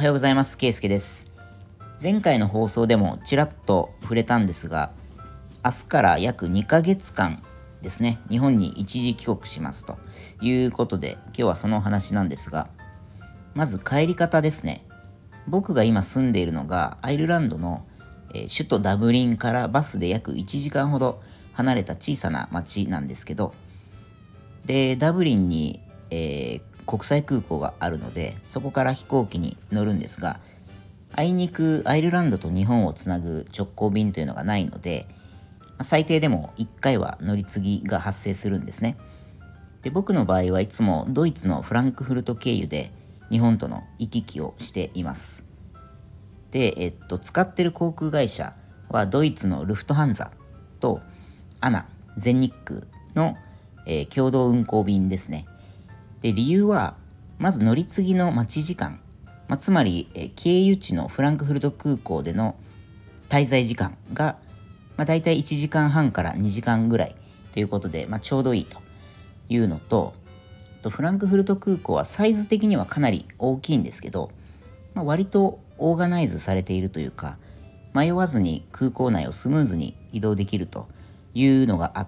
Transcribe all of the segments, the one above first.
ようございます。ケイスケです。前回の放送でもちらっと触れたんですが、明日から約2ヶ月間ですね、日本に一時帰国しますということで、今日はそのお話なんですが、まず帰り方ですね。僕が今住んでいるのがアイルランドの、首都ダブリンからバスで約1時間ほど離れた小さな町なんですけど、でダブリンに、国際空港があるので、そこから飛行機に乗るんですが、あいにくアイルランドと日本をつなぐ直行便というのがないので、最低でも1回は乗り継ぎが発生するんですね。で僕の場合はいつもドイツのフランクフルト経由で日本との行き来をしています。で、使ってる航空会社はドイツのルフトハンザとアナ、全日空の、共同運航便ですね。で理由はまず乗り継ぎの待ち時間、つまり、経由地のフランクフルト空港での滞在時間が、だいたい1時間半から2時間ぐらいということで、ちょうどいいというのと、フランクフルト空港はサイズ的にはかなり大きいんですけど、割とオーガナイズされているというか、迷わずに空港内をスムーズに移動できるというのがあって、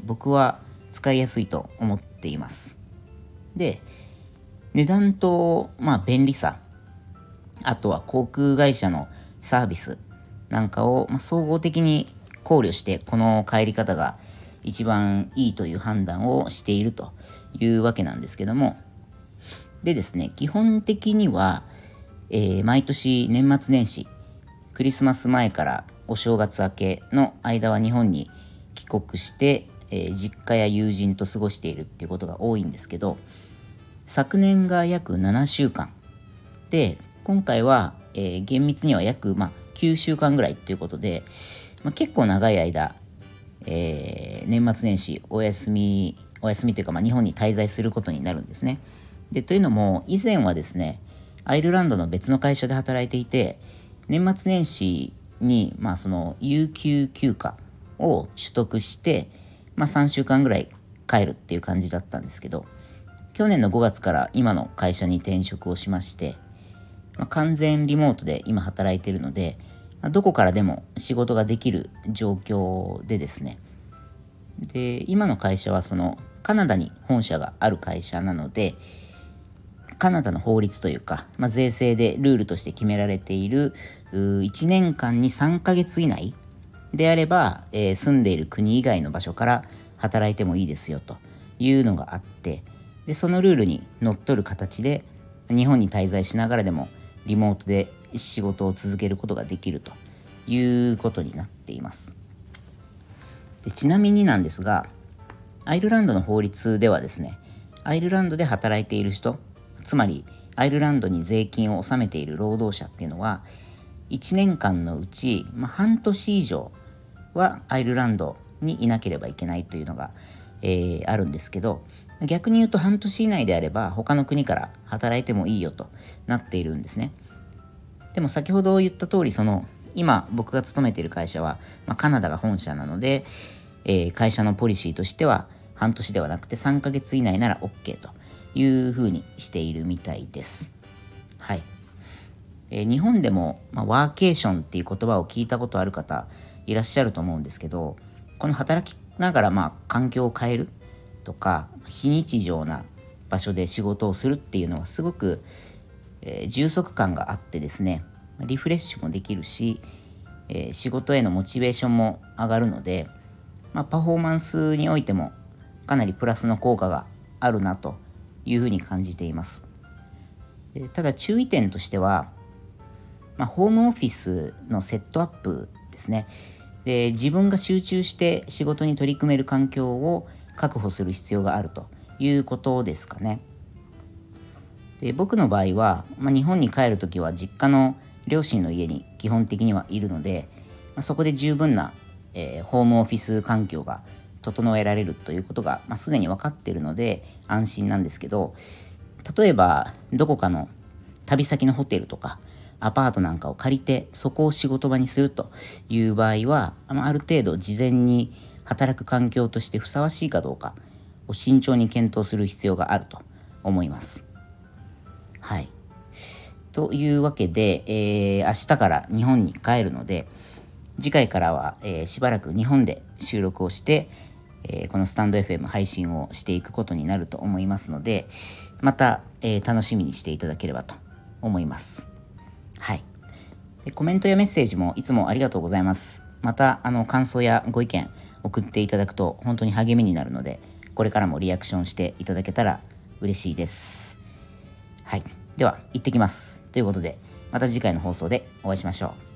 僕は使いやすいと思っています。で、値段と、便利さ、あとは航空会社のサービスなんかを、総合的に考慮して、この帰り方が一番いいという判断をしているというわけなんですけども、でですね、基本的には、毎年年末年始、クリスマス前からお正月明けの間は日本に帰国して、実家や友人と過ごしているっていうことが多いんですけど、昨年が約7週間で、今回は、厳密には約、9週間ぐらいということで、結構長い間、年末年始お休みというか、日本に滞在することになるんですね。でというのも、以前はですね、アイルランドの別の会社で働いていて、年末年始に、その有給休暇を取得して、3週間ぐらい帰るっていう感じだったんですけど、去年の5月から今の会社に転職をしまして、完全リモートで今働いているので、どこからでも仕事ができる状況でですね、で今の会社はそのカナダに本社がある会社なので、カナダの法律というか、税制でルールとして決められている1年間に3ヶ月以内であれば、住んでいる国以外の場所から働いてもいいですよというのがあって、でそのルールにのっとる形で日本に滞在しながらでもリモートで仕事を続けることができるということになっています。でちなみになんですが、アイルランドの法律ではですね、アイルランドで働いている人、つまりアイルランドに税金を納めている労働者っていうのは、1年間のうち、半年以上はアイルランドにいなければいけないというのが、あるんですけど、逆に言うと半年以内であれば他の国から働いてもいいよとなっているんですね。でも先ほど言った通り、その今僕が勤めている会社は、カナダが本社なので、会社のポリシーとしては半年ではなくて3ヶ月以内なら OK というふうにしているみたいです。はい。日本でも、ワーケーションっていう言葉を聞いたことある方いらっしゃると思うんですけど、この働きながら環境を変えるとか、非日常な場所で仕事をするっていうのはすごく、充足感があってですね、リフレッシュもできるし、仕事へのモチベーションも上がるので、パフォーマンスにおいてもかなりプラスの効果があるなというふうに感じています。ただ注意点としては、ホームオフィスのセットアップですね。で自分が集中して仕事に取り組める環境を確保する必要があるということですかね。で僕の場合は、日本に帰るときは実家の両親の家に基本的にはいるので、そこで十分な、ホームオフィス環境が整えられるということが、すでに分かっているので安心なんですけど、例えばどこかの旅先のホテルとかアパートなんかを借りてそこを仕事場にするという場合は、ある程度事前に働く環境としてふさわしいかどうかを慎重に検討する必要があると思います。はい。 というわけで、明日から日本に帰るので、次回からは、しばらく日本で収録をして、このスタンド FM 配信をしていくことになると思いますので、また、楽しみにしていただければと思います。はい。でコメントやメッセージもいつもありがとうございます。また感想やご意見送っていただくと本当に励みになるので、これからもリアクションしていただけたら嬉しいです。はい。では行ってきます。ということで、また次回の放送でお会いしましょう。